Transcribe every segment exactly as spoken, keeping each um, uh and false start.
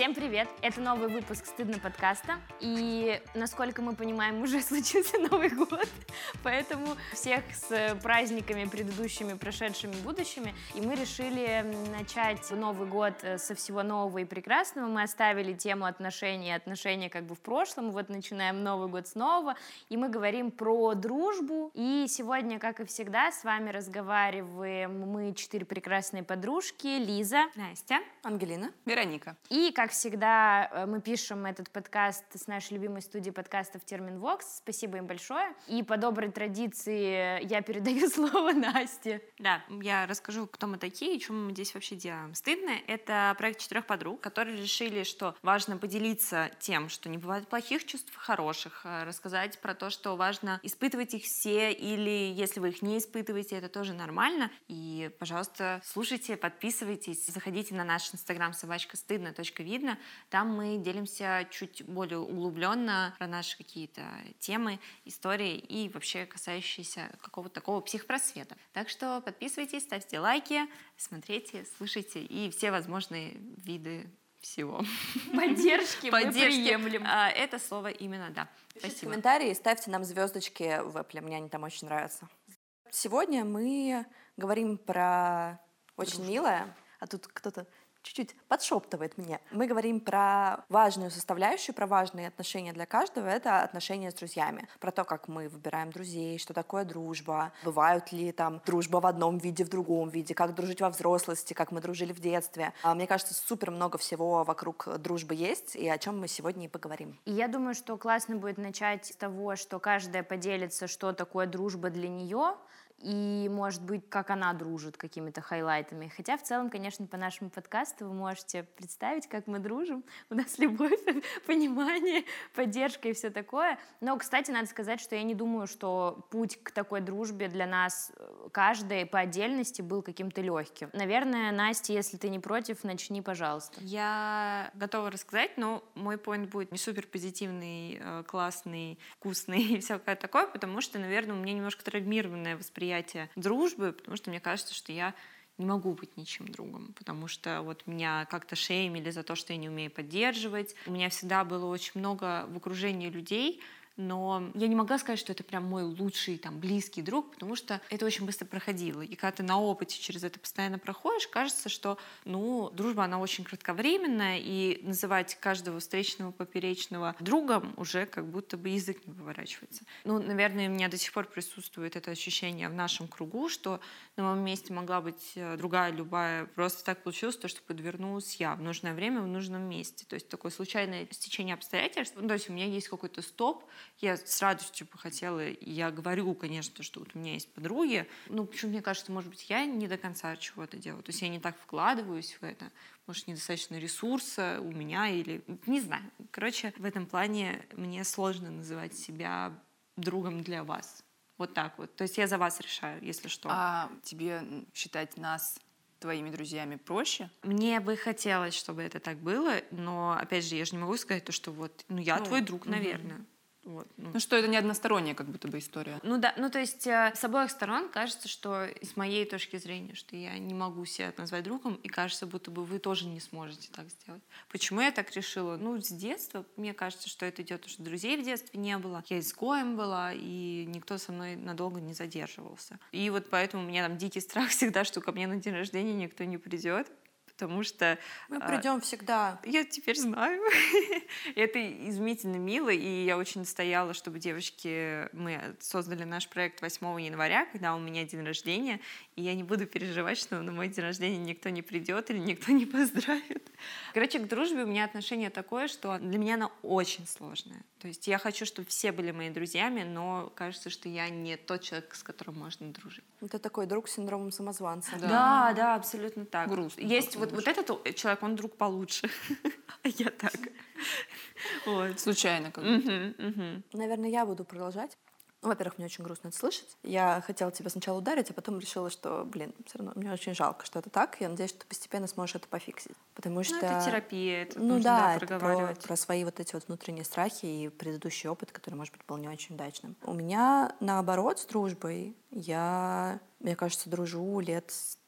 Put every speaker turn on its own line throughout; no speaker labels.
Всем привет! Это новый выпуск «Стыдно» подкаста. И, насколько мы понимаем, уже случился Новый год. Поэтому всех с праздниками предыдущими, прошедшими, будущими. И мы решили начать Новый год со всего нового и прекрасного. Мы оставили тему отношений, отношения как бы в прошлом. Вот начинаем Новый год снова. И мы говорим про дружбу. И сегодня, как и всегда, с вами разговариваем мы, четыре прекрасные подружки. Лиза,
Настя,
Ангелина,
Вероника.
И, как всегда, мы пишем этот подкаст с нашей любимой студии подкастов Терминвокс. Спасибо им большое. И по доброй традиции я передаю слово Насте.
Да, я расскажу, кто мы такие и что мы здесь вообще делаем. «Стыдно» — это проект четырех подруг, которые решили, что важно поделиться тем, что не бывает плохих чувств, хороших, рассказать про то, что важно испытывать их все, или если вы их не испытываете, это тоже нормально. И, пожалуйста, слушайте, подписывайтесь, заходите на наш инстаграм собачка стыдно точка видно. Там мы делимся чуть более углубленно про наши какие-то темы, истории и вообще касающиеся какого-то такого психпросвета. Так что подписывайтесь, ставьте лайки, смотрите, слушайте и все возможные виды всего.
Поддержки мы приемлем.
Это слово именно, да.
Пишите
Спасибо.
комментарии, ставьте нам звездочки в Apple, мне они там очень нравятся. Сегодня мы говорим про очень
Дружбу.
милое, а тут кто-то чуть-чуть подшептывает меня. Мы говорим про важную составляющую, про важные отношения для каждого. Это отношения с друзьями. Про то, как мы выбираем друзей, что такое дружба, бывают ли там дружба в одном виде, в другом виде, как дружить во взрослости, как мы дружили в детстве. А, Мне кажется, супер много всего вокруг дружбы есть, и о чем мы сегодня и поговорим.
И я думаю, что классно будет начать с того, что каждая поделится, что такое дружба для нее, и, может быть, как она дружит, какими-то хайлайтами. Хотя, в целом, конечно, по нашему подкасту вы можете представить, как мы дружим. У нас любовь, понимание, поддержка и все такое. Но, кстати, надо сказать, что я не думаю, что путь к такой дружбе для нас каждой по отдельности был каким-то легким. Наверное, Настя, если ты не против, начни, пожалуйста.
Я готова рассказать, но мой поинт будет не супер позитивный, э, классный, вкусный и всякое такое, потому что, наверное, у меня немножко травмированное восприятие дружбы, потому что мне кажется, что я не могу быть ничьим другом, потому что вот меня как-то шеймили за то, что я не умею поддерживать. У меня всегда было очень много в окружении людей, но я не могла сказать, что это прям мой лучший, там, близкий друг, потому что это очень быстро проходило. И когда ты на опыте через это постоянно проходишь, кажется, что, ну, дружба, она очень кратковременная, и называть каждого встречного, поперечного другом уже как будто бы язык не выворачивается. Ну, наверное, у меня до сих пор присутствует это ощущение в нашем кругу, что на моем месте могла быть другая, любая. Просто так получилось, то, что подвернулась я в нужное время, в нужном месте. То есть такое случайное стечение обстоятельств. Ну, то есть у меня есть какой-то стоп. Я с радостью бы хотела, и я говорю, конечно, что вот у меня есть подруги. Ну, почему мне кажется, может быть, я не до конца чего-то делаю. То есть я не так вкладываюсь в это. Может, недостаточно ресурса у меня или... Не знаю. Короче, в этом плане мне сложно называть себя другом для вас. Вот так вот. То есть я за вас решаю, если что.
А тебе считать нас твоими друзьями проще?
Мне бы хотелось, чтобы это так было, но, опять же, я же не могу сказать то, что вот, ну, я
Ну,
твой друг,
мгм.
наверное. Вот, ну.
Ну что, это не односторонняя как будто бы история.
Ну да, ну то есть э, с обоих сторон кажется, что с моей точки зрения, что я не могу себя назвать другом, и кажется, будто бы вы тоже не сможете так сделать. Почему я так решила? Ну, с детства, мне кажется, что это идет, потому что друзей в детстве не было, я изгоем была, и никто со мной надолго не задерживался. И вот поэтому у меня там дикий страх всегда, что ко мне на день рождения никто не придет. Потому что...
Мы придем всегда.
Я теперь знаю. Это изумительно мило, и я очень настояла, чтобы девочки... Мы создали наш проект восьмого января, когда у меня день рождения, и я не буду переживать, что на мой день рождения никто не придет или никто не поздравит. Короче, к дружбе у меня отношение такое, что для меня она очень сложная. То есть я хочу, чтобы все были моими друзьями, но кажется, что я не тот человек, с которым можно дружить.
Это такой друг с синдромом самозванца.
Да, да, да, абсолютно так.
Грустно.
Есть вот, вот этот человек, он друг получше, а я так. Вот.
Случайно как
Мгм,
будто.
мгм.
Наверное, я буду продолжать. Ну, во-первых, мне очень грустно это слышать. Я хотела тебя сначала ударить, а потом решила, что, блин, все равно мне очень жалко, что это так. Я надеюсь, что ты постепенно сможешь это пофиксить. Потому что...
Ну, это терапия, это
ну
нужно
да,
да,
это про,
проговаривать.
про свои вот эти вот внутренние страхи и предыдущий опыт, который, может быть, был не очень удачным. У меня, наоборот, с дружбой я, мне кажется, дружу лет с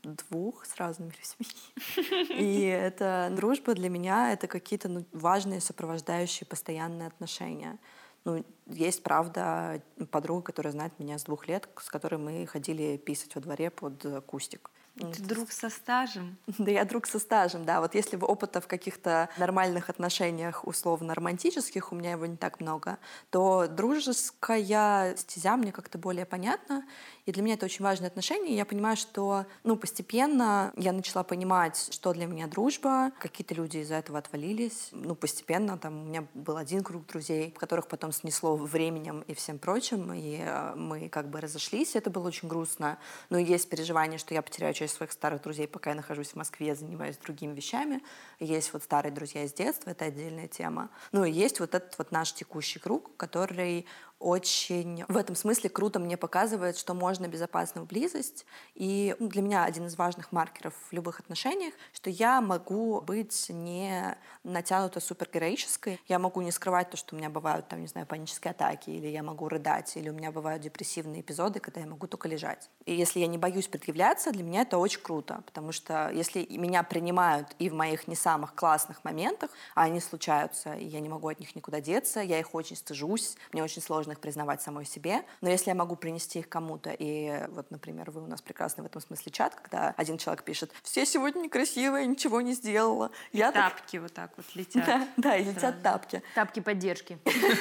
двух с разными людьми. И эта дружба для меня — это какие-то ну, важные сопровождающие постоянные отношения. Ну, есть, правда, подруга, которая знает меня с двух лет, с которой мы ходили писать во дворе под кустик.
Ты друг со стажем?
Да, я друг со стажем, да. Вот если опыта в каких-то нормальных отношениях, условно романтических, у меня его не так много, то дружеская стезя мне как-то более понятна. И для меня это очень важное отношение. И я понимаю, что ну, постепенно я начала понимать, что для меня дружба. Какие-то люди из-за этого отвалились. Ну, постепенно там у меня был один круг друзей, которых потом снесло временем и всем прочим. И мы как бы разошлись. Это было очень грустно. Но есть переживание, что я потеряю часть своих старых друзей, пока я нахожусь в Москве, занимаюсь другими вещами. Есть вот старые друзья из детства, это отдельная тема. Ну и есть вот этот вот наш текущий круг, который очень в этом смысле круто мне показывает, что можно безопасно в близость. И для меня один из важных маркеров в любых отношениях, что я могу быть не натянуто супергероической, я могу не скрывать то, что у меня бывают, там, не знаю, панические атаки, или я могу рыдать, или у меня бывают депрессивные эпизоды, когда я могу только лежать. И если я не боюсь предъявляться, для меня это очень круто, потому что если меня принимают и в моих не самых классных моментах, а они случаются, и я не могу от них никуда деться, я их очень стыжусь, мне очень сложно их признавать самой себе, но если я могу принести их кому-то, и вот, например, вы у нас прекрасный в этом смысле чат, когда один человек пишет: «Все сегодня некрасивые, ничего не сделала».
И
я
тапки так... вот так вот летят.
Да, да, и летят
сразу.
Тапки.
Тапки поддержки.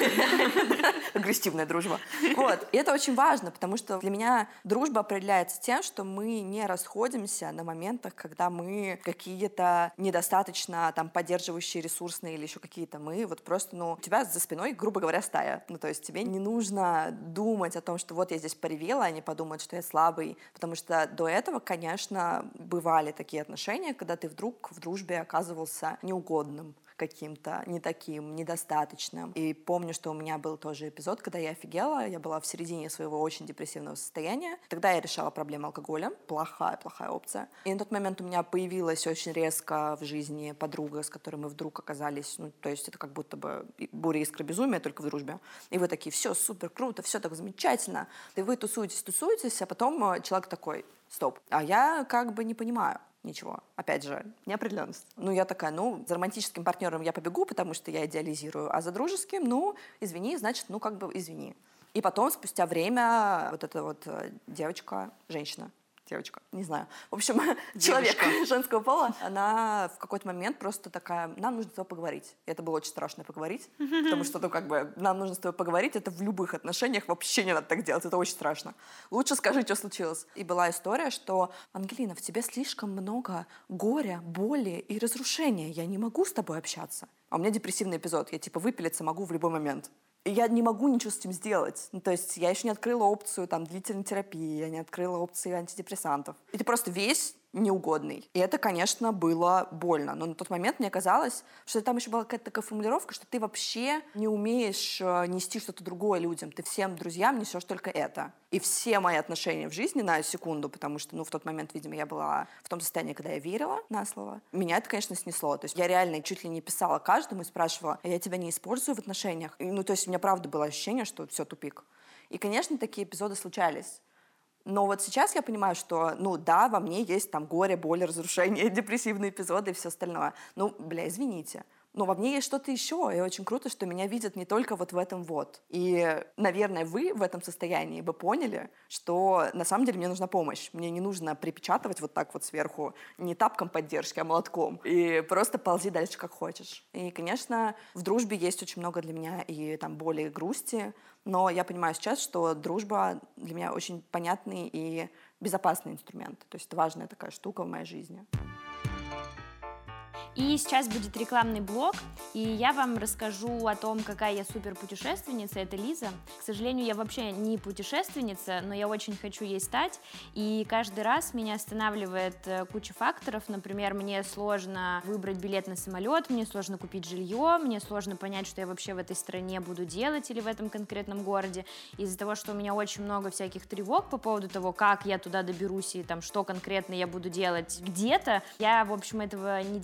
Агрессивная дружба. Вот. И это очень важно, потому что для меня дружба определяется тем, что мы не расходимся на моментах, когда мы какие-то недостаточно там поддерживающие, ресурсные или еще какие-то. Мы вот просто, ну, у тебя за спиной, грубо говоря, стая. Ну, то есть тебе не нужно думать о том, что вот я здесь поревела, они подумают, что я слабый. Потому что до этого, конечно, бывали такие отношения, когда ты вдруг в дружбе оказывался неугодным каким-то, не таким, недостаточным. И помню, что у меня был тоже эпизод, когда я офигела, я была в середине своего очень депрессивного состояния. Тогда я решала проблему алкоголя. Плохая-плохая опция. И на тот момент у меня появилась очень резко в жизни подруга, с которой мы вдруг оказались, ну, то есть это как будто бы буря, искра, безумие, только в дружбе. И вы такие: все супер, круто, все так замечательно. И вы тусуетесь, тусуетесь, а потом человек такой: стоп. А я как бы не понимаю ничего. Опять же, неопределенность. Ну, я такая, ну, за романтическим партнером я побегу, потому что я идеализирую, а за дружеским, ну, извини, значит, ну, как бы извини. И потом, спустя время, вот эта вот девочка, женщина, девочка, не знаю. В общем, человек женского пола, она в какой-то момент просто такая: нам нужно с тобой поговорить. И это было очень страшно поговорить, потому что, ну, как бы, нам нужно с тобой поговорить, это в любых отношениях вообще не надо так делать, это очень страшно. Лучше скажи, что случилось. И была история, что: Ангелина, в тебе слишком много горя, боли и разрушения, я не могу с тобой общаться. А у меня депрессивный эпизод, я типа выпилиться могу в любой момент. И я не могу ничего с этим сделать. Ну, то есть я еще не открыла опцию там длительной терапии, я не открыла опции антидепрессантов. И ты просто весь неугодный. И это, конечно, было больно. Но на тот момент мне казалось, что там еще была какая-то такая формулировка, что ты вообще не умеешь нести что-то другое людям. Ты всем друзьям несешь только это. И все мои отношения в жизни на секунду, потому что, ну, в тот момент, видимо, я была в том состоянии, когда я верила на слово, меня это, конечно, снесло. То есть я реально чуть ли не писала каждому и спрашивала: а я тебя не использую в отношениях? И, ну, то есть у меня правда было ощущение, что все, тупик. И, конечно, такие эпизоды случались. Но вот сейчас я понимаю, что, ну да, во мне есть там горе, боль, разрушение, депрессивные эпизоды и все остальное. Ну, бля, извините. Но во мне есть что-то еще, и очень круто, что меня видят не только вот в этом вот. И, наверное, вы в этом состоянии бы поняли, что на самом деле мне нужна помощь. Мне не нужно припечатывать вот так вот сверху не тапком поддержки, а молотком. И просто ползи дальше, как хочешь. И, конечно, в дружбе есть очень много для меня и там боли, и грусти, но я понимаю сейчас, что дружба для меня очень понятный и безопасный инструмент. То есть это важная такая штука в моей жизни.
И сейчас будет рекламный блок, и я вам расскажу о том, какая я супер-путешественница, это Лиза. К сожалению, я вообще не путешественница, но я очень хочу ей стать, и каждый раз меня останавливает куча факторов. Например, мне сложно выбрать билет на самолет, мне сложно купить жилье, мне сложно понять, что я вообще в этой стране буду делать или в этом конкретном городе. Из-за того, что у меня очень много всяких тревог по поводу того, как я туда доберусь и там, что конкретно я буду делать где-то, я, в общем, этого не делаю.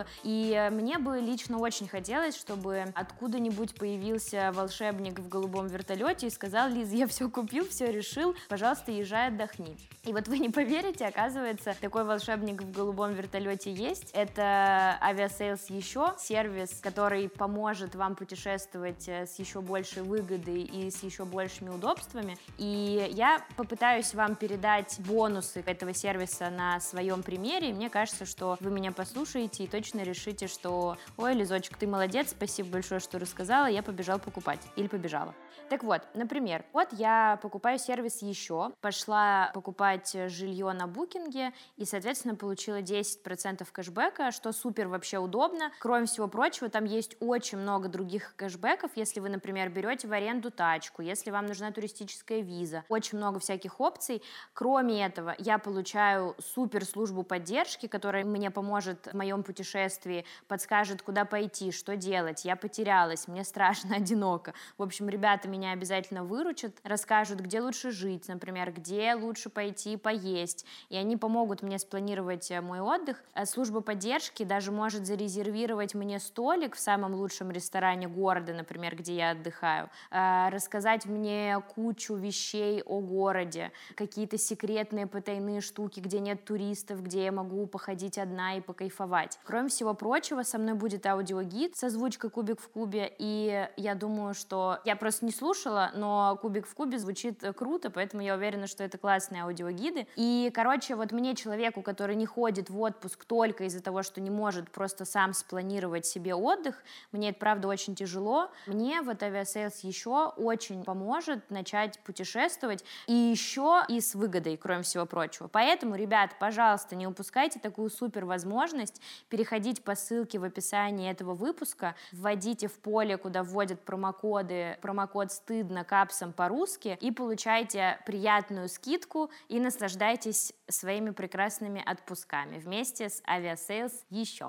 дружбу, и мне бы лично очень хотелось, чтобы откуда-нибудь появился волшебник в голубом вертолете и сказал: Лиз, я все купил, все решил, пожалуйста, езжай, отдохни. И вот вы не поверите, оказывается, такой волшебник в голубом вертолете есть. Это Aviasales еще, сервис, который поможет вам путешествовать с еще большей выгодой и с еще большими удобствами. И я попытаюсь вам передать бонусы этого сервиса на своем примере. И мне кажется, что вы меня послушаете и точно решите, что: ой, Лизочек, ты молодец, спасибо большое, что рассказала, я побежал покупать. Или побежала. Так вот, например, вот я покупаю сервис еще, пошла покупать жилье на букинге и, соответственно, получила десять процентов кэшбэка, что супер вообще удобно. Кроме всего прочего, там есть очень много других кэшбэков, если вы, например, берете в аренду тачку, если вам нужна туристическая виза, очень много всяких опций. Кроме этого, я получаю супер службу поддержки, которая мне поможет в моем путешествии, подскажет, куда пойти, что делать. Я потерялась, мне страшно, одиноко. В общем, ребята меня обязательно выручат, расскажут, где лучше жить, например, где лучше пойти поесть, и они помогут мне спланировать мой отдых. Служба поддержки даже может зарезервировать мне столик в самом лучшем ресторане города, например, где я отдыхаю, рассказать мне кучу вещей о городе, какие-то секретные потайные штуки, где нет туристов, где я могу походить одна и покайфовать. Кроме всего прочего, со мной будет аудиогид с озвучкой «Кубик в кубе», и я думаю, что я просто не слушала, но «Кубик в кубе» звучит круто, поэтому я уверена, что это классные аудиогиды. И, короче, вот мне, человеку, который не ходит в отпуск только из-за того, что не может просто сам спланировать себе отдых, мне это, правда, очень тяжело, мне вот Aviasales еще очень поможет начать путешествовать, и еще и с выгодой, кроме всего прочего. Поэтому, ребят, пожалуйста, не упускайте такую супер возможность, переходите по ссылке в описании этого выпуска, вводите в поле, куда вводят промокоды, промокод «Стыдно» капсом по-русски, и получайте приятную скидку и наслаждайтесь своими прекрасными отпусками вместе с Aviasales еще.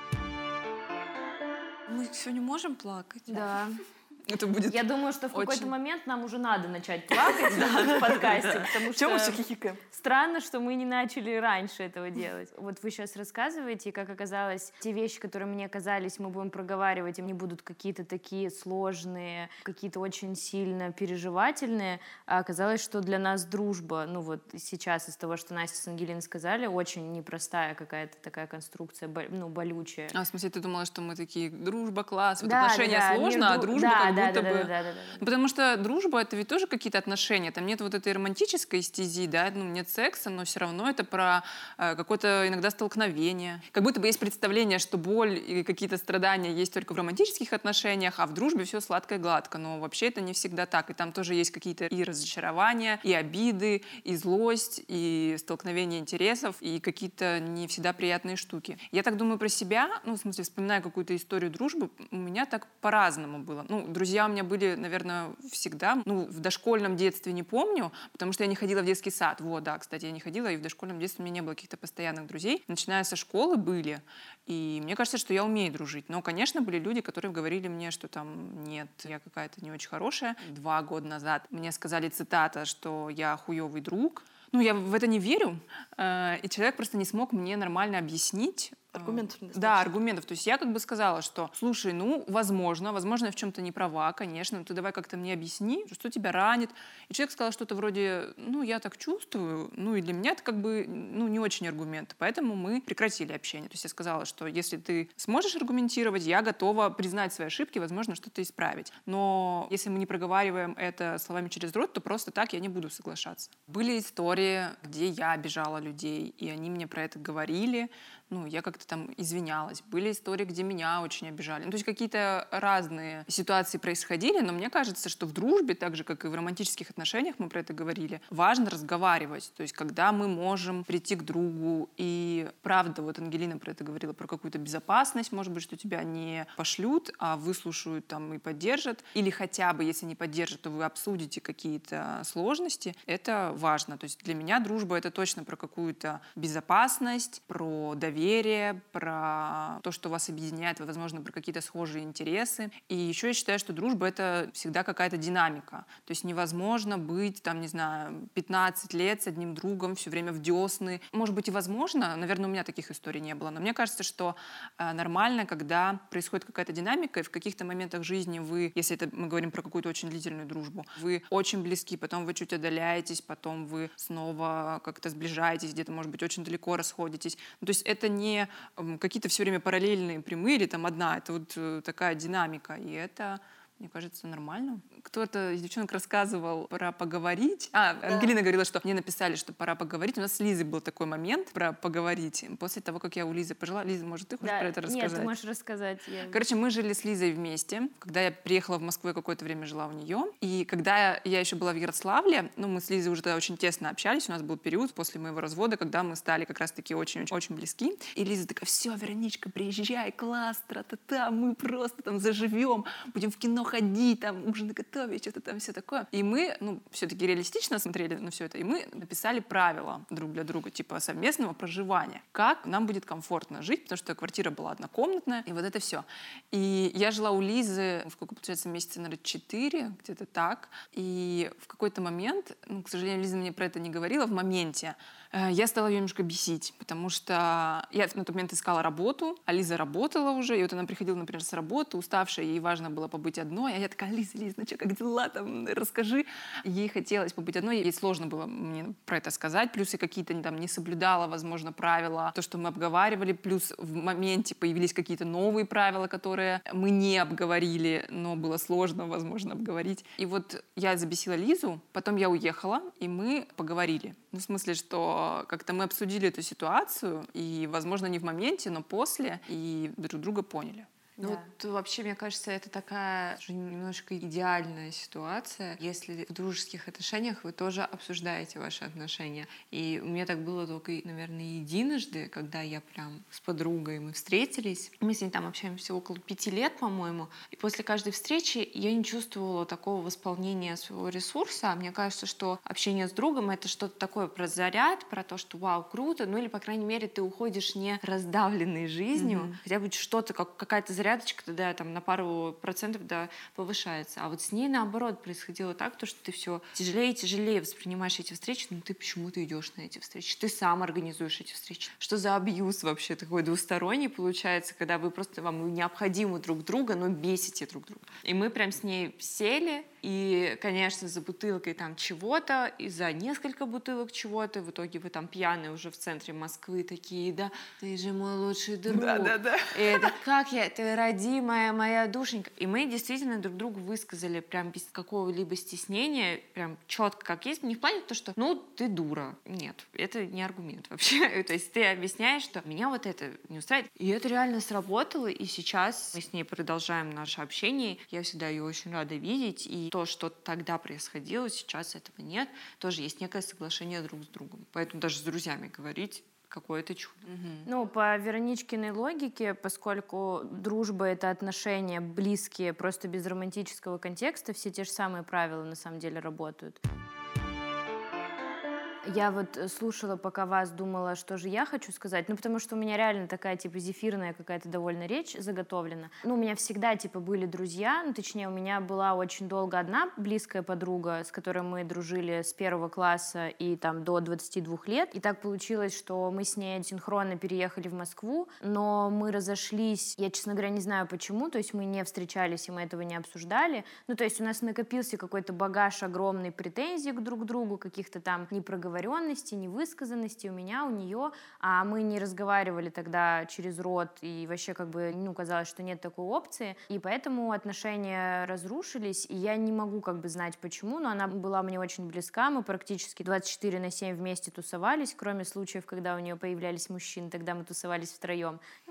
Мы сегодня можем плакать?
Да.
Это будет
Я думаю, что в
очень...
какой-то момент нам уже надо начать плакать в подкасте, потому
Чего мы
что
все хихикаем?
странно, что мы не начали раньше этого делать. Вот вы сейчас рассказываете, и, как оказалось, те вещи, которые мне казались, мы будем проговаривать, и они будут какие-то такие сложные, какие-то очень сильно переживательные, а оказалось, что для нас дружба, ну вот сейчас из того, что Настя с Ангелиной сказали, очень непростая какая-то такая конструкция, ну, болючая.
А, в смысле, ты думала, что мы такие: дружба, класс, вот
Да,
отношения
да, да,
сложно,
мир
а
дру-
дружба
да,
как
да,
будто
да,
бы...
да, да, да, да, да.
Потому что дружба — это ведь тоже какие-то отношения, там нет вот этой романтической стези, да, ну, нет секса, но все равно это про э, какое-то иногда столкновение. Как будто бы есть представление, что боль и какие-то страдания есть только в романтических отношениях, а в дружбе все сладко и гладко, но вообще это не всегда так, и там тоже есть какие-то и разочарования, и обиды, и злость, и столкновения интересов, и какие-то не всегда приятные штуки. Я так думаю про себя, ну, в смысле, вспоминая какую-то историю дружбы, у меня так по-разному было. Ну, друзья у меня были, наверное, всегда. Ну, в дошкольном детстве не помню, потому что я не ходила в детский сад. Вот, да, кстати, я не ходила, и в дошкольном детстве у меня не было каких-то постоянных друзей. Начиная со школы были, и мне кажется, что я умею дружить. Но, конечно, были люди, которые говорили мне, что там нет, я какая-то не очень хорошая. Два года назад мне сказали, цитата, что я хуёвый друг. Ну, я в это не верю, и человек просто не смог мне нормально объяснить.
Аргументов
недостаточно. Да, аргументов. То есть я как бы сказала, что, слушай, ну, возможно, возможно, я в чем-то не права, конечно, но ты давай как-то мне объясни, что тебя ранит. И человек сказал что-то вроде, ну, я так чувствую, ну, и для меня это как бы, ну, не очень аргумент. Поэтому мы прекратили общение. То есть я сказала, что если ты сможешь аргументировать, я готова признать свои ошибки, возможно, что-то исправить. Но если мы не проговариваем это словами через рот, то просто так я не буду соглашаться. Были истории, где я обижала людей, и они мне про это говорили, ну, я как-то там извинялась. Были истории, где меня очень обижали. Ну, то есть какие-то разные ситуации происходили, но мне кажется, что в дружбе, так же, как и в романтических отношениях, мы про это говорили, важно разговаривать. То есть когда мы можем прийти к другу и, правда, вот Ангелина про это говорила, про какую-то безопасность, может быть, что тебя не пошлют, а выслушают там и поддержат. Или хотя бы, если не поддержат, то вы обсудите какие-то сложности. Это важно. То есть для меня дружба — это точно про какую-то безопасность, про доверие, доверие, про то, что вас объединяет, возможно, про какие-то схожие интересы. И еще я считаю, что дружба — это всегда какая-то динамика. То есть невозможно быть, там, не знаю, пятнадцать лет с одним другом, все время в десны. Может быть, и возможно, наверное, у меня таких историй не было, но мне кажется, что э, нормально, когда происходит какая-то динамика, и в каких-то моментах жизни вы, если это мы говорим про какую-то очень длительную дружбу, вы очень близки, потом вы чуть отдаляетесь, потом вы снова как-то сближаетесь, где-то, может быть, очень далеко расходитесь. Ну, то есть это не э, какие-то все время параллельные прямые или там одна, это вот э, такая динамика, и это, мне кажется, нормально. Кто-то из девчонок рассказывал про поговорить. А, да. Ангелина говорила, что мне написали, что пора поговорить. У нас с Лизой был такой момент про поговорить. После того, как я у Лизы пожила. Лиза, может, ты хочешь
да.
про это рассказать?
Нет, ты можешь рассказать. Я...
Короче, мы жили с Лизой вместе. Когда я приехала в Москву, я какое-то время жила у нее. И когда я еще была в Ярославле, ну, мы с Лизой уже тогда очень тесно общались. У нас был период после моего развода, когда мы стали как раз-таки очень-очень близки. И Лиза такая: все, Вероничка, приезжай, класс, тра-та-та, мы просто там заживем, будем в кино ходить, там ужин готовить, что-то там все такое. И мы, ну, все-таки реалистично смотрели на все это, и мы написали правила друг для друга, типа совместного проживания. Как нам будет комфортно жить, потому что квартира была однокомнатная, и вот это все. И я жила у Лизы, сколько, получается, месяца, наверное, четыре, где-то так. И в какой-то момент, ну, к сожалению, Лиза мне про это не говорила, в моменте э, я стала ее немножко бесить, потому что я на тот момент искала работу, а Лиза работала уже, и вот она приходила, например, с работы, уставшая, ей важно было побыть одной, а я такая: Лиза, Лиза, ну что, как дела там, расскажи. Ей хотелось побыть одной, ей сложно было мне про это сказать, плюс я какие-то там не соблюдала, возможно, правила, то, что мы обговаривали, плюс в моменте появились какие-то новые правила, которые мы не обговорили, но было сложно, возможно, обговорить. И вот я забесила Лизу, потом я уехала, и мы поговорили. Ну, в смысле, что как-то мы обсудили эту ситуацию, и, возможно, не в моменте, но после, и друг друга поняли.
Ну,
Да.
вот вообще, мне кажется, это такая уже немножко идеальная ситуация, если в дружеских отношениях вы тоже обсуждаете ваши отношения. И у меня так было только, наверное, единожды, когда я прям с подругой мы встретились. Мы с ней там общаемся около пяти лет, по-моему. И после каждой встречи я не чувствовала такого восполнения своего ресурса. Мне кажется, что общение с другом — это что-то такое про заряд, про то, что вау, круто. Ну или, по крайней мере, ты уходишь не раздавленной жизнью, mm-hmm. хотя бы что-то, как какая-то зарядка, да, там на пару процентов, да, повышается. А вот с ней наоборот происходило так, то, что ты все тяжелее и тяжелее воспринимаешь эти встречи, но ты почему-то идешь на эти встречи, ты сам организуешь эти встречи. Что за абьюз вообще такой двусторонний получается, когда вы просто, вам необходимы друг друга, но бесите друг друга. И мы прям с ней сели, и, конечно, за бутылкой там чего-то, и за несколько бутылок чего-то, в итоге вы там пьяные уже в центре Москвы такие: да, ты же мой лучший друг.
Да, да, да.
И это: как я, ты родимая моя душенька. И мы действительно друг другу высказали прям без какого-либо стеснения, прям четко как есть, не в плане то, что ну ты дура. Нет, это не аргумент вообще. То есть ты объясняешь, что меня вот это не устраивает. И это реально сработало, и сейчас мы с ней продолжаем наше общение. Я всегда ее очень рада видеть, и то, что тогда происходило, сейчас этого нет. Тоже есть некое соглашение друг с другом. Поэтому даже с друзьями говорить — какое-то чудо.
Угу. Ну, по Вероничкиной логике, поскольку дружба — это отношения близкие, просто без романтического контекста, все те же самые правила на самом деле работают. Я вот слушала, пока вас, думала, что же я хочу сказать, ну, потому что у меня реально такая, типа, зефирная какая-то довольно речь заготовлена. Ну, у меня всегда, типа, были друзья, ну, точнее, у меня была очень долго одна близкая подруга, с которой мы дружили с первого класса и, там, до двадцати двух лет, и так получилось, что мы с ней синхронно переехали в Москву, но мы разошлись, я, честно говоря, не знаю почему, то есть мы не встречались, и мы этого не обсуждали, ну, то есть у нас накопился какой-то багаж огромной претензий друг к другу, каких-то там непроговоренностей, невысказанности у меня, у нее, а мы не разговаривали тогда через рот, и вообще как бы, ну, казалось, что нет такой опции, и поэтому отношения разрушились, и я не могу как бы знать почему, но она была мне очень близка, мы практически двадцать четыре на семь вместе тусовались, кроме случаев, когда у нее появлялись мужчины, тогда мы тусовались втроем. Ну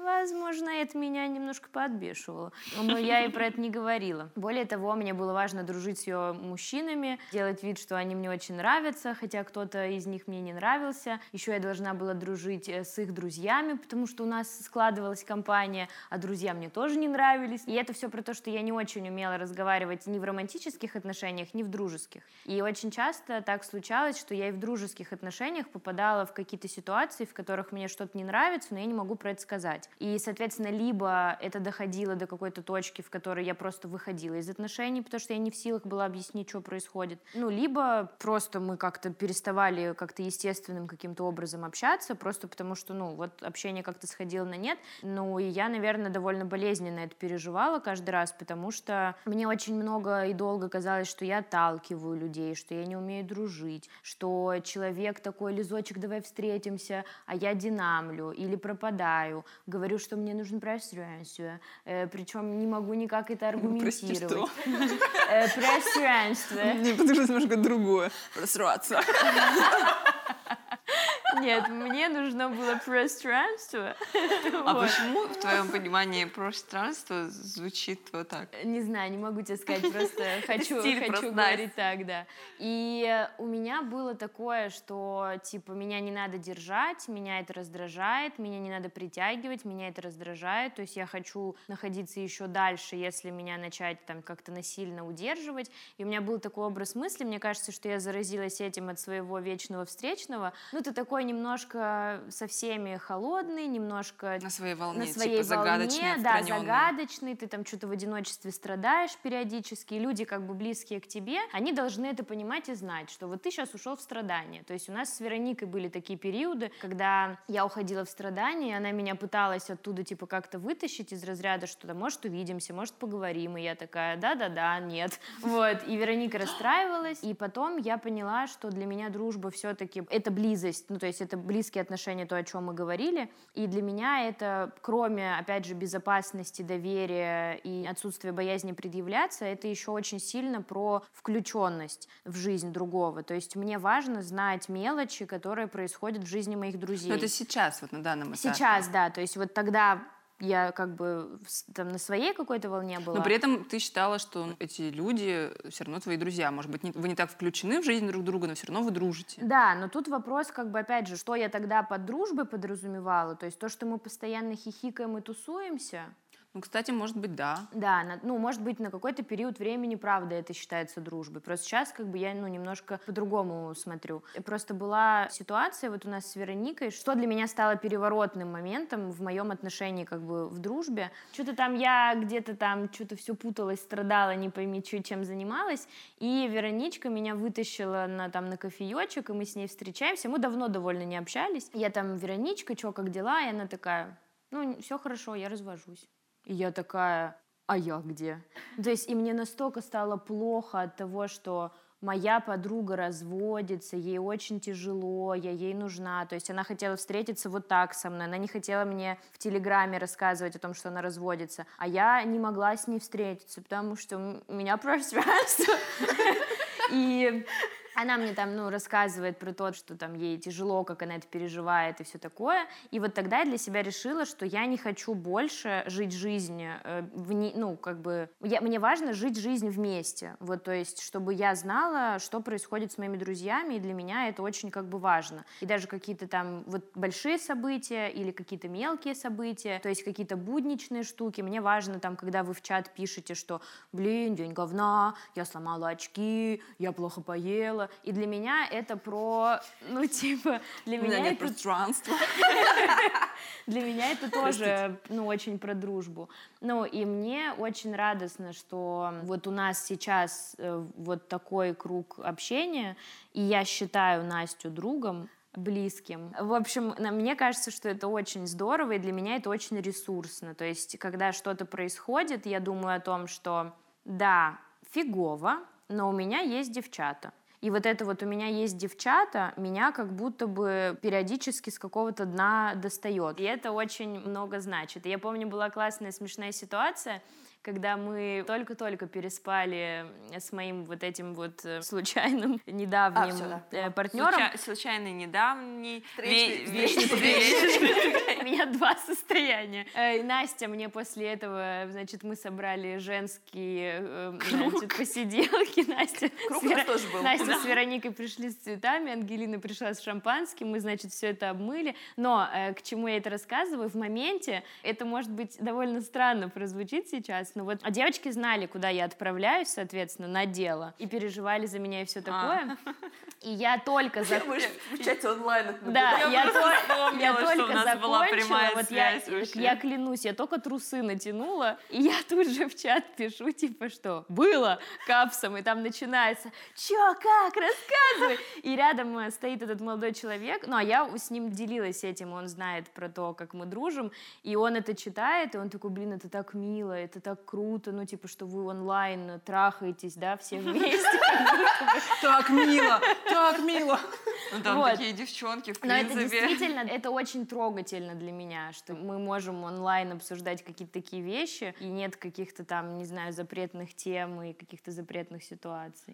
возможно, это меня немножко подбешивало. Но я и про это не говорила. Более того, мне было важно дружить с ее мужчинами, делать вид, что они мне очень нравятся, хотя кто-то из них мне не нравился. Еще я должна была дружить с их друзьями, потому что у нас складывалась компания, а друзья мне тоже не нравились. И это все про то, что я не очень умела разговаривать ни в романтических отношениях, ни в дружеских. И очень часто так случалось, что я и в дружеских отношениях попадала в какие-то ситуации, в которых мне что-то не нравится, но я не могу про это сказать. И, соответственно, либо это доходило до какой-то точки, в которой я просто выходила из отношений, потому что я не в силах была объяснить, что происходит. Ну, либо просто мы как-то переставали как-то естественным каким-то образом общаться, просто потому что, ну, вот общение как-то сходило на нет. Ну, и я, наверное, довольно болезненно это переживала каждый раз, потому что мне очень много и долго казалось, что я отталкиваю людей, что я не умею дружить, что человек такой: Лизочек, давай встретимся, а я динамлю или пропадаю, говорю, что мне нужно пространство, э, причем не могу никак это аргументировать. Э, пространство.
Не, потому что немножко другое. Просраться.
Нет, мне нужно было пространство.
А вот. Почему в твоем понимании пространство звучит вот так?
Не знаю, не могу тебе сказать, просто хочу, хочу говорить так, да. И у меня было такое, что типа меня не надо держать, меня это раздражает, меня не надо притягивать, меня это раздражает, то есть я хочу находиться еще дальше, если меня начать там как-то насильно удерживать. И у меня был такой образ мысли, мне кажется, что я заразилась этим от своего вечного встречного. Ну, ты такой немножко со всеми холодный, немножко
на своей волне,
на своей
типа загадочный,
волне, да, загадочный, ты там что-то в одиночестве страдаешь периодически, и люди как бы близкие к тебе, они должны это понимать и знать, что вот ты сейчас ушел в страдания. То есть у нас с Вероникой были такие периоды, когда я уходила в страдания, она меня пыталась оттуда типа как-то вытащить из разряда, что да, может увидимся, может поговорим, и я такая, да-да-да, нет. Вот, и Вероника расстраивалась, и потом я поняла, что для меня дружба все-таки это близость, ну то есть это близкие отношения, то, о чем мы говорили, и для меня это, кроме, опять же, безопасности, доверия и отсутствия боязни предъявляться, это еще очень сильно про включенность в жизнь другого, то есть мне важно знать мелочи, которые происходят в жизни моих друзей.
Но это сейчас, вот на данном этапе.
Сейчас, да, то есть вот тогда я как бы там на своей какой-то волне была.
Но при этом ты считала, что эти люди все равно твои друзья. Может быть, не, вы не так включены в жизнь друг друга, но все равно вы дружите.
Да, но тут вопрос, как бы, опять же, что я тогда под дружбой подразумевала. То есть то, что мы постоянно хихикаем и тусуемся.
Ну, кстати, может быть, да.
Да, на, ну, может быть, на какой-то период времени, правда, это считается дружбой. Просто сейчас, как бы, я, ну, немножко по-другому смотрю. Просто была ситуация вот у нас с Вероникой, что для меня стало переворотным моментом в моем отношении, как бы, в дружбе. Что-то там я где-то там, что-то все путалась, страдала, не пойми, чё, чем занималась, и Вероничка меня вытащила на, там, на кофеечек, и мы с ней встречаемся. Мы давно довольно не общались. Я там: Вероничка, чё, как дела? И она такая: ну, все хорошо, я развожусь. И я такая: а я где? То есть и мне настолько стало плохо от того, что моя подруга разводится, ей очень тяжело, я ей нужна. То есть она хотела встретиться вот так со мной, она не хотела мне в Телеграме рассказывать о том, что она разводится, а я не могла с ней встретиться, потому что у меня пространство. И она мне там, ну, рассказывает про то, что там ей тяжело, как она это переживает и все такое. И вот тогда я для себя решила, что я не хочу больше жить жизнь, э, вне, ну, как бы, я, мне важно жить жизнь вместе. Вот, то есть, чтобы я знала, что происходит с моими друзьями, и для меня это очень, как бы, важно. И даже какие-то там вот большие события или какие-то мелкие события, то есть какие-то будничные штуки, мне важно там, когда вы в чат пишете, что, блин, день говна, я сломала очки, я плохо поела. И для меня это про, ну, типа, для меня, меня это...
пространства.
Для меня это тоже, ну, очень про дружбу. Ну, и мне очень радостно, что вот у нас сейчас вот такой круг общения, и я считаю Настю другом, близким. В общем, мне кажется, что это очень здорово, и для меня это очень ресурсно. То есть, когда что-то происходит, я думаю о том, что да, фигово, но у меня есть девчата. И вот это вот у меня есть девчата, меня как будто бы периодически с какого-то дна достает. И это очень много значит. И я помню, была классная смешная ситуация, когда мы только-только переспали с моим вот этим вот э, случайным недавним
А, всё, да.
э, партнером.
Случа- случайный, недавний,
Встречный,
ве- вечный
У меня два состояния. Э, и Настя мне после этого, значит, мы собрали женские э, значит, посиделки. Настя,
Круг
с
у нас
Вера-
тоже был.
Настя
Да.
с Вероникой пришли с цветами, Ангелина пришла с шампанским, мы, значит, все это обмыли. Но э, к чему я это рассказываю? В моменте это, может быть, довольно странно прозвучит сейчас, но вот а девочки знали, куда я отправляюсь, соответственно, на дело, и переживали за меня и все такое. И я только за...
Мы же в чате онлайн это
Да,
наблюдаем.
я,
просто
только,
вспомнила,
я
что
только
у нас была
закончила,
прямая
вот я,
связь вообще.
я клянусь, я только трусы натянула, и я тут же в чат пишу, типа, что было капсом, и там начинается, чё, как, рассказывай. И рядом э, стоит этот молодой человек, ну, а я с ним делилась этим, он знает про то, как мы дружим, и он это читает, и он такой, блин, это так мило, это так круто, ну, типа, что вы онлайн трахаетесь, да, все вместе.
Так мило, так мило.
Ну, там
Вот.
такие девчонки, в
Но это
принципе.
действительно, это очень трогательно для меня, что мы можем онлайн обсуждать какие-то такие вещи, и нет каких-то там, не знаю, запретных тем и каких-то запретных ситуаций.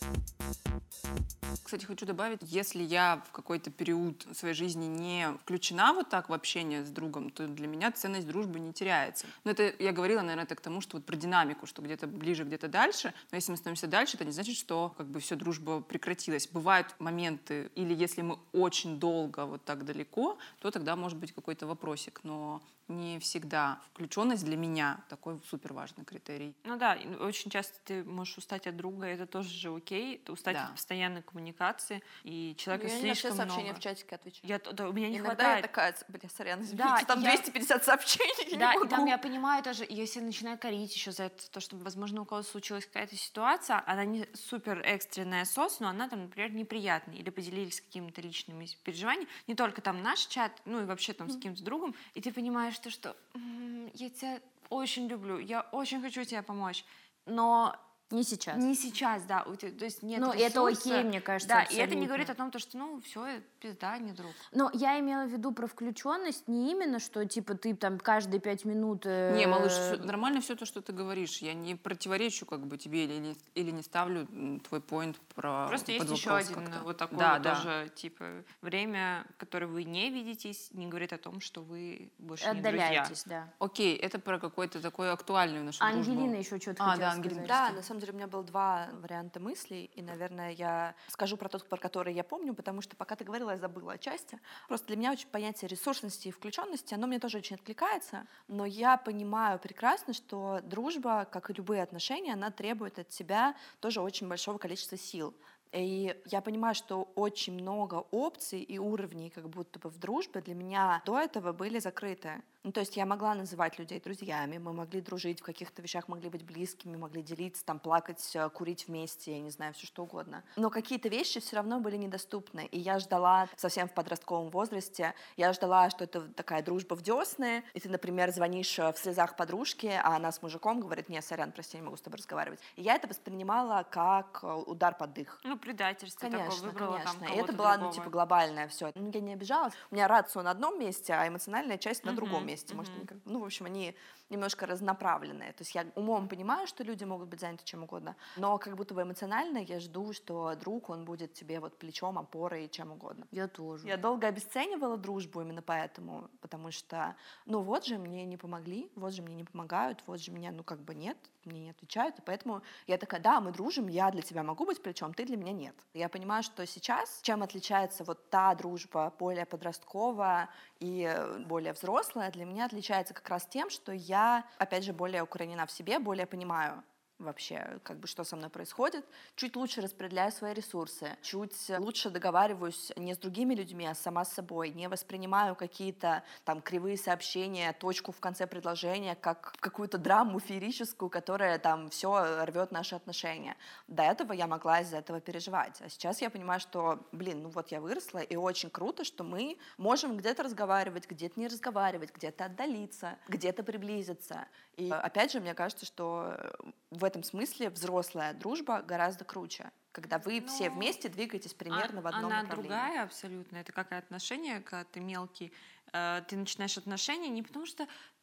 Кстати, хочу добавить, если я в какой-то период своей жизни не включена вот так в общение с другом, то для меня ценность дружбы не теряется. Но это я говорила, наверное, это к тому, что вот про динамику, что где-то ближе, где-то дальше. Но если мы становимся дальше, это не значит, что как бы все, дружба прекратилась. Бывают моменты, или если мы очень долго вот так далеко, то тогда может быть какой-то вопросик. Но не всегда включенность для меня такой супер важный критерий.
Ну да, и очень часто ты можешь устать от друга, это тоже же окей, ты устать
Да.
от постоянной коммуникации, и человека
Я не на все
слишком
сообщения
много.
в чатике отвечаю.
Я, т- да, у меня не
Иногда
хватает.
я такая, бля, сорян, извините,
Да,
там
я-
двести пятьдесят сообщений, я
Да,
не
и там
могу.
я понимаю тоже, если начинаю корить еще за это, то, что, возможно, у кого-то случилась какая-то ситуация, она не супер экстренная сос, но она там, например, неприятная, или поделились какими-то личными переживаниями, не только там наш чат, ну и вообще там с каким-то другом, и ты понимаешь, то, что «М, я тебя очень люблю, я очень хочу тебе помочь, но
Не сейчас.
не сейчас, да, у тебя, то есть нет
Ну, это
ресурса.
окей, мне кажется,
Да, и это не
абсолютно.
говорит о том, то, что, ну, все, пизда, не друг.
Но я имела в виду про включенность не именно, что типа ты там каждые пять минут... э,
Не, малыш, всё- нормально все то, что ты говоришь. Я не противоречу как бы тебе или не, или не ставлю м, твой поинт про
Просто есть
под
еще
вопрос
один
как-то.
вот такой
Да,
вот
да.
тоже, типа, время, которое вы не видитесь, не говорит о том, что вы больше не друзья.
отдаляетесь, да.
Окей, это про какой-то такой актуальную нашу
А
дружбу.
Ангелина еще что-то
А,
хотела
да, Ангелина.
сказать.
Да, на самом деле у меня было два варианта мыслей, и, наверное, я скажу про тот, про который я помню, потому что пока ты говорила, я забыла отчасти. Просто для меня очень понятие ресурсности и включенности, оно мне тоже очень откликается, но я понимаю прекрасно, что дружба, как и любые отношения, она требует от тебя тоже очень большого количества сил. И я понимаю, что очень много опций и уровней как будто бы в дружбе для меня до этого были закрыты. Ну, то есть я могла называть людей друзьями, мы могли дружить в каких-то вещах, могли быть близкими, могли делиться, там, плакать, э, курить вместе, я не знаю, все что угодно. Но какие-то вещи все равно были недоступны. И я ждала совсем в подростковом возрасте, я ждала, что это такая дружба в десны, и ты, например, звонишь в слезах подружке, а она с мужиком говорит: не, сорян, прости, не могу с тобой разговаривать. И я это воспринимала как э, удар под дых.
Ну, предательство такое,
Конечно,
выбрала там
конечно. И
кого-то
это была, ну,
другого.
типа, глобальное все. Ну, я не обижалась. У меня рацио на одном месте, а эмоциональная часть на
Мгм,
другом месте. Может,
мгм.
они как- ну, в общем, они немножко разноправленные. То есть я умом понимаю, что люди могут быть заняты чем угодно, но как будто бы эмоционально я жду, что друг, он будет тебе вот плечом, опорой, чем угодно.
Я тоже.
Я долго обесценивала дружбу именно поэтому, потому что, ну вот же мне не помогли, вот же мне не помогают, вот же меня, ну как бы нет, мне не отвечают, и поэтому я такая: да, мы дружим, я для тебя могу быть плечом, ты для меня нет. Я понимаю, что сейчас, чем отличается вот та дружба более подростковая и э, более взрослая, для меня отличается как раз тем, что я, опять же, более укоренена в себе, более понимаю вообще, как бы, что со мной происходит, чуть лучше распределяю свои ресурсы, чуть лучше договариваюсь не с другими людьми, а сама с собой, не воспринимаю какие-то там кривые сообщения, точку в конце предложения, как какую-то драму феерическую, которая там все рвет наши отношения. До этого я могла из-за этого переживать, а сейчас я понимаю, что, блин, ну вот я выросла, и очень круто, что мы можем где-то разговаривать, где-то не разговаривать, где-то отдалиться, где-то приблизиться. И опять же, мне кажется, что в этом смысле взрослая дружба гораздо круче, когда вы все
Ну,
вместе двигаетесь примерно
А-
в одном
Она
направлении.
другая абсолютно. Это как и отношения, когда ты мелкий, э, ты начинаешь отношения не потому, что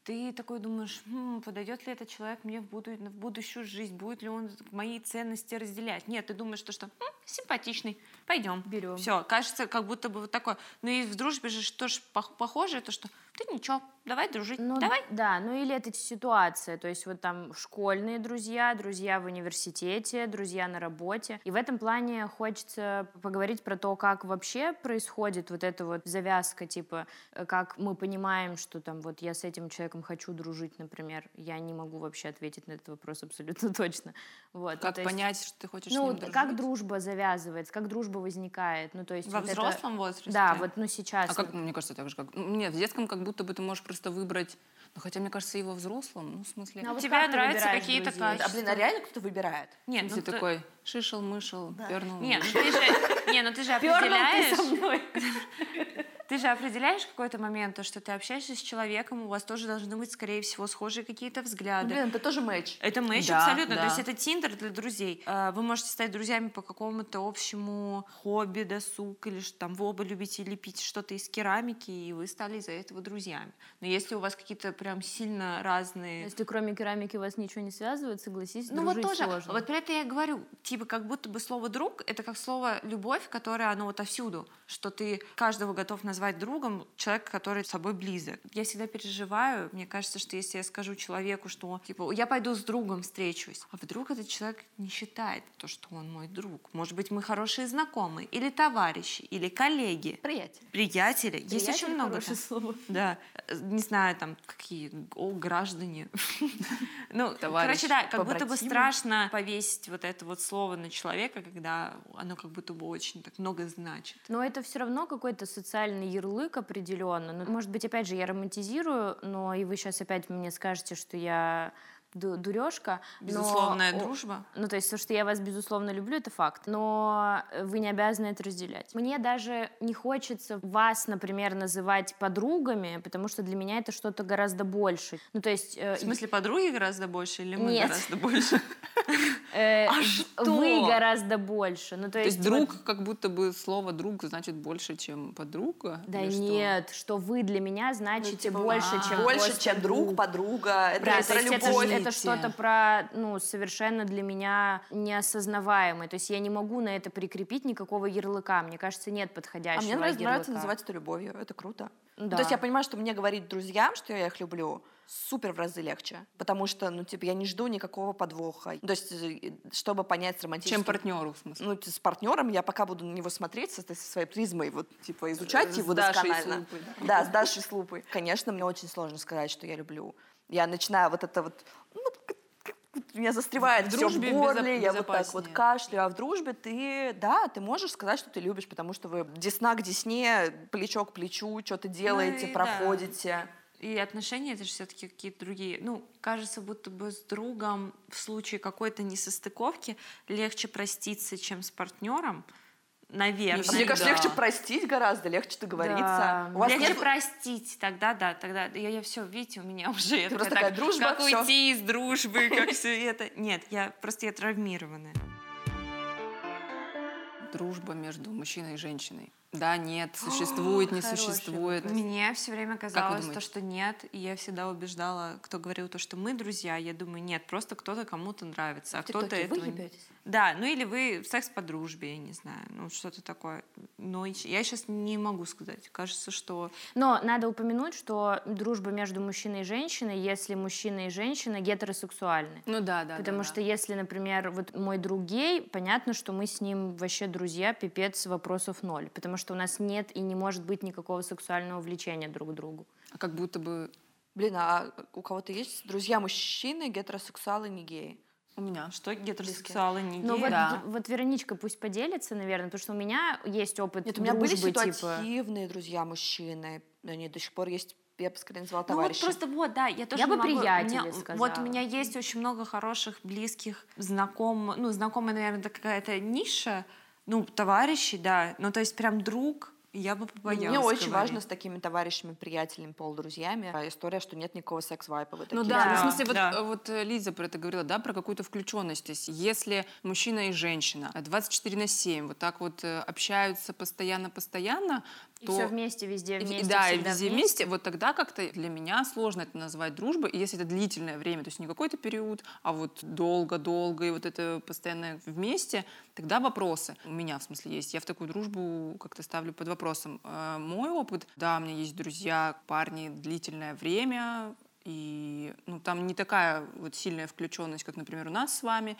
ты такой думаешь, хм, подойдет ли этот человек мне в, буду, в будущую жизнь, будет ли он мои ценности разделять. Нет, ты думаешь, что, что хм, симпатичный, пойдем.
Берем.
Все, кажется, как будто бы вот такое. Ну и в дружбе же тоже похоже, то что ты ничего, давай дружить,
Ну,
давай.
Да, ну или это ситуация, то есть вот там школьные друзья, друзья в университете, друзья на работе. И в этом плане хочется поговорить про то, как вообще происходит вот эта вот завязка, типа, как мы понимаем, что там вот я с этим человеком хочу дружить, например. Я не могу вообще ответить на этот вопрос абсолютно точно. Вот,
Как
то есть,
понять, что ты хочешь
ну,
с ним дружить?
как дружба завязывается, как дружба возникает, ну то есть
Во
вот это-
взрослом возрасте?
Да, вот, ну сейчас.
А как, мне кажется, так же, как... Нет, в детском как будто бы ты можешь просто выбрать... Ну, хотя, мне кажется, и во взрослом, ну, в смысле...
Ну, а вот
Тебе
как ты
нравятся
выбираешь
какие-то
друзей?
качества?
А, блин, а реально кто-то выбирает?
Нет,
Ты
ну ты-
такой шишел-мышел, пернул.
Нет, ну ты же, не, ну ты же определяешь, ты же определяешь в какой-то момент то, что ты общаешься с человеком, у вас тоже должны быть, скорее всего, схожие какие-то
Ну,
взгляды.
блин, это тоже матч.
Это матч
Да,
абсолютно,
да.
то есть это Тиндер для друзей. А, Вы можете стать друзьями по какому-то общему хобби, досуг, или что там вы оба любите лепить что-то из керамики, и вы стали из-за этого друзьями. Но если у вас какие-то прям сильно разные...
Если кроме керамики вас ничего не связывает, согласись,
Ну вот
дружить
тоже,
сложно.
вот про это я говорю, типа как будто бы слово «друг» — это как слово «любовь», которое оно вот отовсюду, что ты каждого готов назвать другом, человека, который с собой близок. Я всегда переживаю, мне кажется, что если я скажу человеку, что типа я пойду с другом встречусь, а вдруг этот человек не считает то, что он мой друг. Может быть, мы хорошие знакомые, или товарищи, или коллеги.
Приятель.
Приятели. Есть
Приятель
очень много.
хорошее
там.
слово.
Да. Не знаю, там, какие, о, граждане. Ну,
Товарищ.
короче, да, как будто бы
побратимы.
страшно повесить вот это вот слово на человека, когда оно как будто бы очень так много значит.
Но это все равно какой-то социальный ярлык определенно. Ну, может быть, опять же, я романтизирую, но и вы сейчас опять мне скажете, что я ду- дурешка. но-
Безусловная
о-
дружба.
Ну, то есть то, что я вас, безусловно, люблю, это факт. Но вы не обязаны это разделять. Мне даже не хочется вас, например, называть подругами, потому что для меня это что-то гораздо больше. Ну, то есть... э,
В смысле, подруги гораздо больше или мы
Нет.
гораздо больше?
э,
А
в-
что?
Вы гораздо больше. Ну, то,
То есть
вот-
друг, как будто бы слово «друг» значит больше, чем подруга?
Да
или что?
нет, что вы для меня значите больше,
а,
чем
больше,
просто
чем друг, подруга. Это,
Да,
это
то есть это,
любовь.
ж- это
Извините.
что-то про, ну, совершенно для меня неосознаваемое. То есть я не могу на это прикрепить никакого ярлыка. Мне кажется, нет
А
подходящего
мне нравится,
ярлыка.
нравится называть это любовью. Это круто. Ну,
Да.
то есть я понимаю, что мне говорить друзьям, что я их люблю, супер в разы легче. Потому что, ну, типа, я не жду никакого подвоха. То есть, э, чтобы понять с романтическим...
Чем партнеру, в смысле?
Ну, т- с партнером я пока буду на него смотреть со, со своей призмой, вот, типа, изучать
С
его
Дашей с
досконально.
лупой,
Да, с Дашей с лупой. Конечно, мне очень сложно сказать, что я люблю. Я начинаю вот это вот... ну, как- как- вот у меня застревает
В
все в
дружбе
горле,
безо-
я вот так вот
безопаснее.
кашляю. А в дружбе ты, да, ты можешь сказать, что ты любишь, потому что вы десна к десне, плечо к плечу, что-то делаете,
и да.
проходите.
И отношения — это же все-таки какие-то другие. Ну, кажется, будто бы с другом в случае какой-то несостыковки легче проститься, чем с партнером. Наверное.
А мне кажется,
да.
легче простить гораздо, легче договориться.
Да.
У вас
Легче
нет...
простить, тогда да, тогда я, я все, видите, у меня уже это
просто
так,
такая дружба,
как
всё.
уйти из дружбы, как все это. Нет, я просто я травмированная.
Дружба между мужчиной и женщиной. Да, нет, существует, не
хороший
существует.
Мне все время казалось то,
думаете?
что нет, и я всегда убеждала, кто говорил то, что мы друзья, я думаю, нет, просто кто-то кому-то нравится, а
В ТикТоке
кто-то
вы
этого... не-
ебетесь?
Да, ну или вы секс по дружбе, я не знаю, ну что-то такое. Но я сейчас не могу сказать. Кажется, что...
Но надо упомянуть, что дружба между мужчиной и женщиной, если мужчина и женщина гетеросексуальны.
Ну да, да.
Потому
да,
что
да.
если, например, вот мой друг гей, понятно, что мы с ним вообще друзья, пипец, вопросов ноль. Потому что у нас нет и не может быть никакого сексуального влечения друг к другу.
А как будто бы
Блин, а у кого-то есть друзья мужчины, гетеросексуалы, не геи?
у меня.
Что гетеросексуалы не
Ну
геи?
вот,
да.
вот Вероничка пусть поделится, наверное, потому что у меня есть опыт
Нет, у меня были
дружбы, типа...
ситуативные друзья мужчины, но они до сих пор есть, я бы скорее назвала
Ну вот
товарищи.
просто вот, да, я тоже
Я
не
бы
могу. У
приятеля
меня-
сказала.
Вот у меня есть очень много хороших, близких, знакомых, ну, знакомые, наверное, это какая-то ниша, ну, товарищи, да, ну, то есть прям друг, я бы побоялась
Мне очень
говорить.
важно с такими товарищами, приятелями, полудрузьями. А история, что нет никакого секс-вайпа. Вы
Ну
такие,
да,
Да,
в смысле, вот,
да.
э, вот э, Лиза про это говорила, да, про какую-то включенность. То есть если мужчина и женщина двадцать четыре на семь вот так вот э, общаются постоянно-постоянно,
И
то...
все вместе, везде
И-
вместе,
и, да, и
всегда
везде вместе, вот тогда как-то для меня сложно это назвать дружбой. И если это длительное время, то есть не какой-то период, а вот долго-долго, и вот это постоянно вместе, тогда вопросы у меня, в смысле, есть. Я в такую дружбу как-то ставлю под вопросом. Э, Мой опыт, да, у меня есть друзья, парни длительное время, и ну, там не такая вот сильная включенность, как, например, у нас с вами,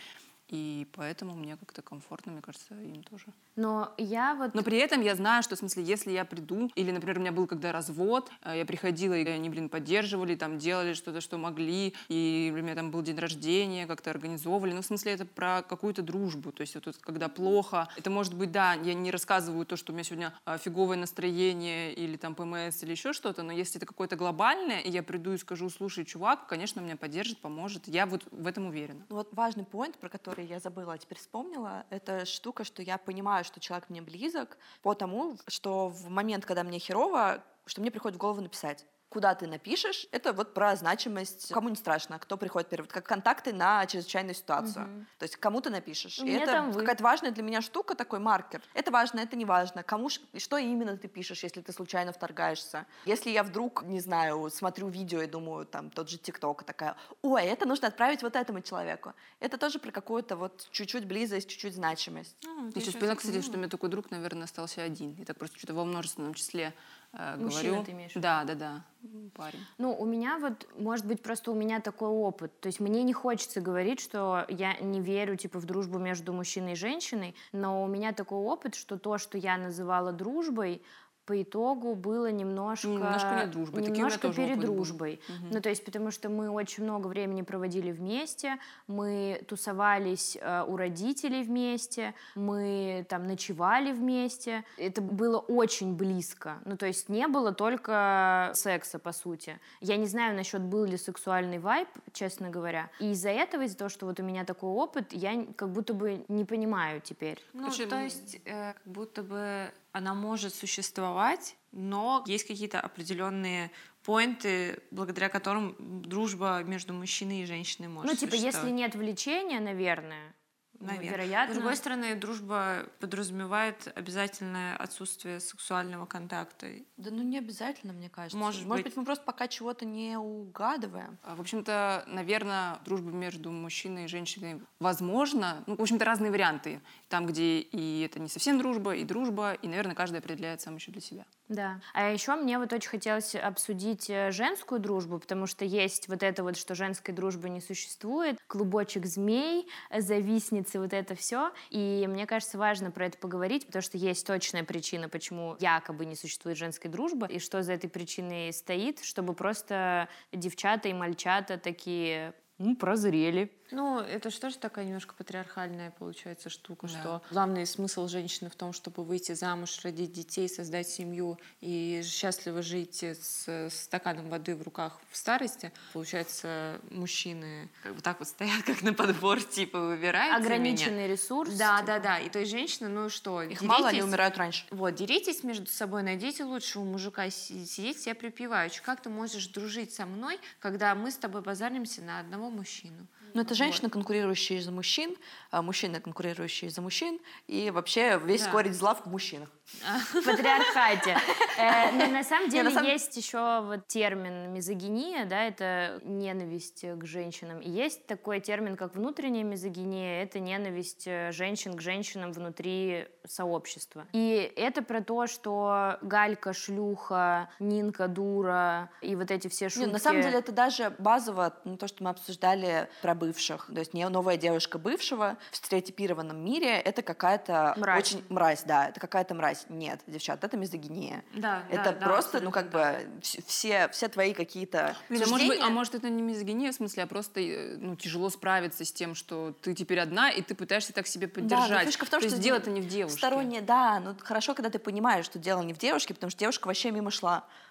и поэтому мне как-то комфортно, мне кажется, им тоже.
Но я вот...
Но при этом я знаю, что, в смысле, если я приду, или, например, у меня был когда развод, э, я приходила, и они, блин, поддерживали, там, делали что-то, что могли, и у меня там был день рождения, как-то организовывали. Ну, в смысле, это про какую-то дружбу. То есть вот, вот когда плохо, это может быть, да, я не рассказываю то, что у меня сегодня э, фиговое настроение, или там ПМС, или еще что-то, но если это какое-то глобальное, и я приду и скажу, слушай, чувак, конечно, меня поддержит, поможет, я вот в этом уверена.
Вот важный поинт, про который я забыла, а теперь вспомнила, это штука, что я понимаю, что человек мне близок, потому что в момент, когда мне херово, что мне приходит в голову написать. Куда ты напишешь, это вот про значимость. Кому не страшно, кто приходит первый. Как контакты на чрезвычайную ситуацию.
Мгм.
То есть кому ты напишешь.
У
И
меня
это
там вы.
какая-то важная для меня штука, такой маркер. Это важно, это не важно. Кому, ш- что именно ты пишешь, если ты случайно вторгаешься. Если я вдруг, не знаю, смотрю видео и думаю, там, тот же ТикТок, и такая, ой, это нужно отправить вот этому человеку. Это тоже про какую-то вот чуть-чуть близость, чуть-чуть значимость.
Ну,
Я сейчас поняла, кстати, что у меня такой друг, наверное, остался один. Я так просто что-то во множественном числе э,
Мужчина
говорю.
ты имеешь в виду?
Да, да, да, парень.
Ну, у меня вот, может быть, просто у меня такой опыт. То есть мне не хочется говорить, что я не верю, типа, в дружбу между мужчиной и женщиной, но у меня такой опыт, что то, что я называла дружбой, по итогу было немножко...
Немножко не дружбой. Такие у меня
Немножко
тоже опыт был.
передружбой.
Мгм.
Ну, то есть, потому что мы очень много времени проводили вместе, мы тусовались э, у родителей вместе, мы там ночевали вместе. Это было очень близко. Ну, то есть, не было только секса, по сути. Я не знаю насчет, был ли сексуальный вайб, честно говоря. И из-за этого, из-за того, что вот у меня такой опыт, я как будто бы не понимаю теперь.
Ну,
Короче,
то есть, э, как будто бы она может существовать, но есть какие-то определенные поинты, благодаря которым дружба между мужчиной и женщиной может
Ну, типа, если
существовать.
нет влечения, наверное, ну,
Наверное.
вероятно...
С другой стороны, дружба подразумевает обязательное отсутствие сексуального контакта.
Да ну не обязательно, мне кажется.
Может
Может
быть.
быть, мы просто пока чего-то не угадываем.
А, В общем-то, наверное, дружба между мужчиной и женщиной возможна. Ну, в общем-то, разные варианты. Там, где и это не совсем дружба, и дружба, и, наверное, каждый определяет сам еще для себя.
Да. А еще мне вот очень хотелось обсудить э, женскую дружбу, потому что есть вот это вот, что женской дружбы не существует, клубочек змей, э, завистницы, вот это все. И мне кажется, важно про это поговорить, потому что есть точная причина, почему якобы не существует женской дружбы, и что за этой причиной стоит, чтобы просто девчата и мальчата такие... Ну, прозрели.
Ну, это же тоже такая немножко патриархальная, получается, штука,
Да.
что главный смысл женщины в том, чтобы выйти замуж, родить детей, создать семью и счастливо жить с стаканом воды в руках в старости. Получается, мужчины как бы так вот стоят, как на подбор, типа, выбирайте
Ограниченный
меня.
ресурс.
Да,
типа.
да, да. И то есть женщина, ну что,
Их мало, они
деритесь-
умирают раньше.
Вот, деритесь между собой, найдите лучшего мужика, си- сидеть себя припеваючи. Как ты можешь дружить со мной, когда мы с тобой базаримся на одного мужчину?
Но это женщины, конкурирующие за мужчин, а мужчины, конкурирующие за мужчин, и вообще весь
Да.
корень зла в мужчинах.
В патриархате. Э, но на самом
Не,
деле
на самом-
есть еще вот термин мизогиния, да, это ненависть к женщинам. И есть такой термин, как внутренняя мизогиния, это ненависть э, женщин к женщинам внутри сообщества. И это про то, что Галька, шлюха, Нинка, дура и вот эти все шутки.
Не, на самом деле это даже базово ну, то, что мы обсуждали про бывших. То есть не новая девушка бывшего в стереотипированном мире, это какая-то
Мразь.
очень мразь, да, это какая-то мразь. Нет, девчат, это мизогиния.
Да,
Это
да, да,
просто, ну, как
абсолютно,
бы, вс- все, все твои какие-то
Блин, а, может быть, а
суждения.
может это не мизогиния, в смысле, а просто э, ну, тяжело справиться с тем, что ты теперь одна, и ты пытаешься так себе
Да,
поддержать.
но фишка в том,
То
что
есть дело-то не в девушке.
Сторонние, да, ну хорошо, когда ты понимаешь, что дело не в девушке, потому что девушка вообще мимо шла.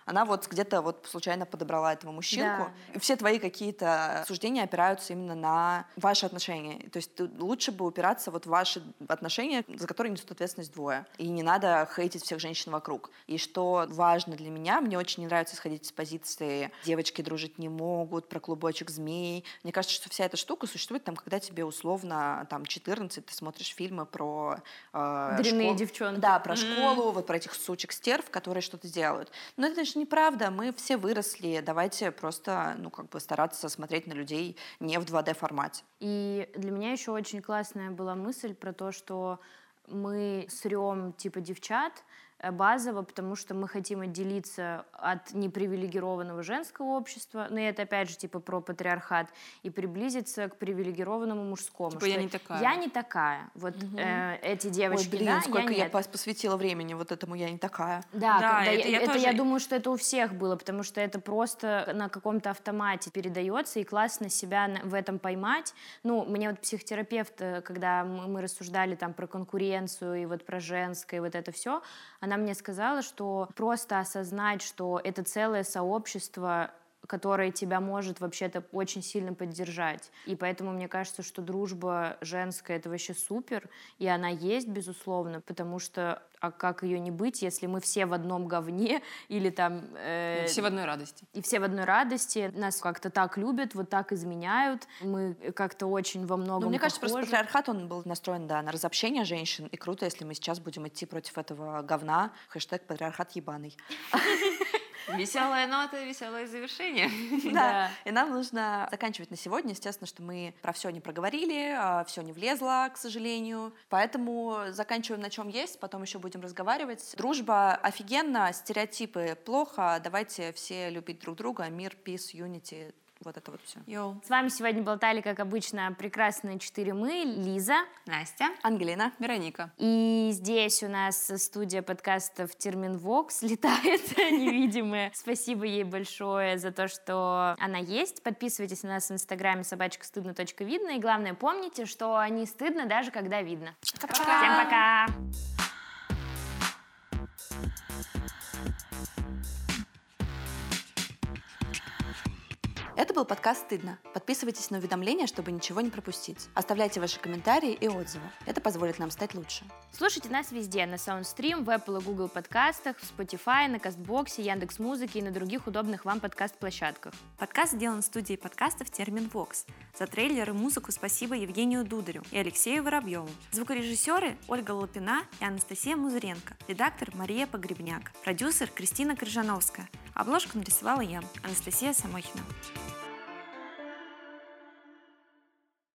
Она вот где-то вот случайно подобрала этого мужчинку.
Да.
И все твои какие-то суждения опираются именно на ваши отношения. То есть ты, лучше бы упираться вот в ваши отношения, за которые несут ответственность двое. И не надо хейтить всех женщин вокруг. И что важно для меня, мне очень не нравится исходить из позиции «девочки дружить не могут», про клубочек змей. Мне кажется, что вся эта штука существует там, когда тебе условно там четырнадцать, ты смотришь фильмы про э,
дрянные
школ...
девчонки.
Да, про mm-hmm. школу, вот про этих сучек-стерв, которые что-то делают. Но это же неправда, мы все выросли, давайте просто, ну, как бы стараться смотреть на людей не в два дэ формате.
И для меня еще очень классная была мысль про то, что мы срем типа девчат базово, потому что мы хотим отделиться от непривилегированного женского общества, но это опять же типа про патриархат, и приблизиться к привилегированному мужскому.
Типа я не такая.
Я не такая. Вот угу. э, эти девочки,
Ой, блин,
да,
сколько
я,
я посвятила времени вот этому «я не такая».
Да,
да
когда
это,
я,
я,
это
тоже...
я думаю, что это у всех было, потому что это просто на каком-то автомате передается, и классно себя в этом поймать. Ну, мне вот психотерапевт, когда мы, мы рассуждали там про конкуренцию и вот про женское, и вот это все, она мне сказала, что просто осознать, что это целое сообщество, которое тебя может вообще-то очень сильно поддержать. И поэтому мне кажется, что дружба женская — это вообще супер, и она есть, безусловно, потому что а как ее не быть, если мы все в одном говне или там... Э,
и все в одной радости.
И все в одной радости. Нас как-то так любят, вот так изменяют. Мы как-то очень во многом
Ну, мне кажется,
похожи.
просто патриархат, он был настроен, да, на разобщение женщин. И круто, если мы сейчас будем идти против этого говна. Хэштег патриархат ебаный.
Веселая нота, веселое завершение.
Да. И нам нужно заканчивать на сегодня. Естественно, что мы про все не проговорили, все не влезло, к сожалению. Поэтому заканчиваем на чем есть, потом еще будем разговаривать. Дружба офигенно, стереотипы плохо. Давайте все любить друг друга. Мир, peace, unity. Вот это вот все.
Йоу.
С вами сегодня болтали, как обычно, прекрасные четыре мы. Лиза,
Настя,
Ангелина,
Вероника.
И здесь у нас студия подкастов Терминвокс летает невидимая. Спасибо ей большое за то, что она есть. Подписывайтесь на нас в инстаграме собачка стыдно точка видно. И главное, помните, что не стыдно даже когда видно.
Пока-пока.
Всем пока!
Это был подкаст «Стыдно». Подписывайтесь на уведомления, чтобы ничего не пропустить. Оставляйте ваши комментарии и отзывы. Это позволит нам стать лучше.
Слушайте нас везде: на Soundstream, в Apple и Google подкастах, в Spotify, на Кастбоксе, Яндекс.Музыке и на других удобных вам подкаст-площадках.
Подкаст сделан студией подкастов Терминвокс. За трейлер и музыку спасибо Евгению Дударю и Алексею Воробьеву. Звукорежиссеры Ольга Лапина и Анастасия Музыренко. Редактор Мария Погребняк. Продюсер Кристина Крыжановская. Обложку нарисовала я, Анастасия Самохина.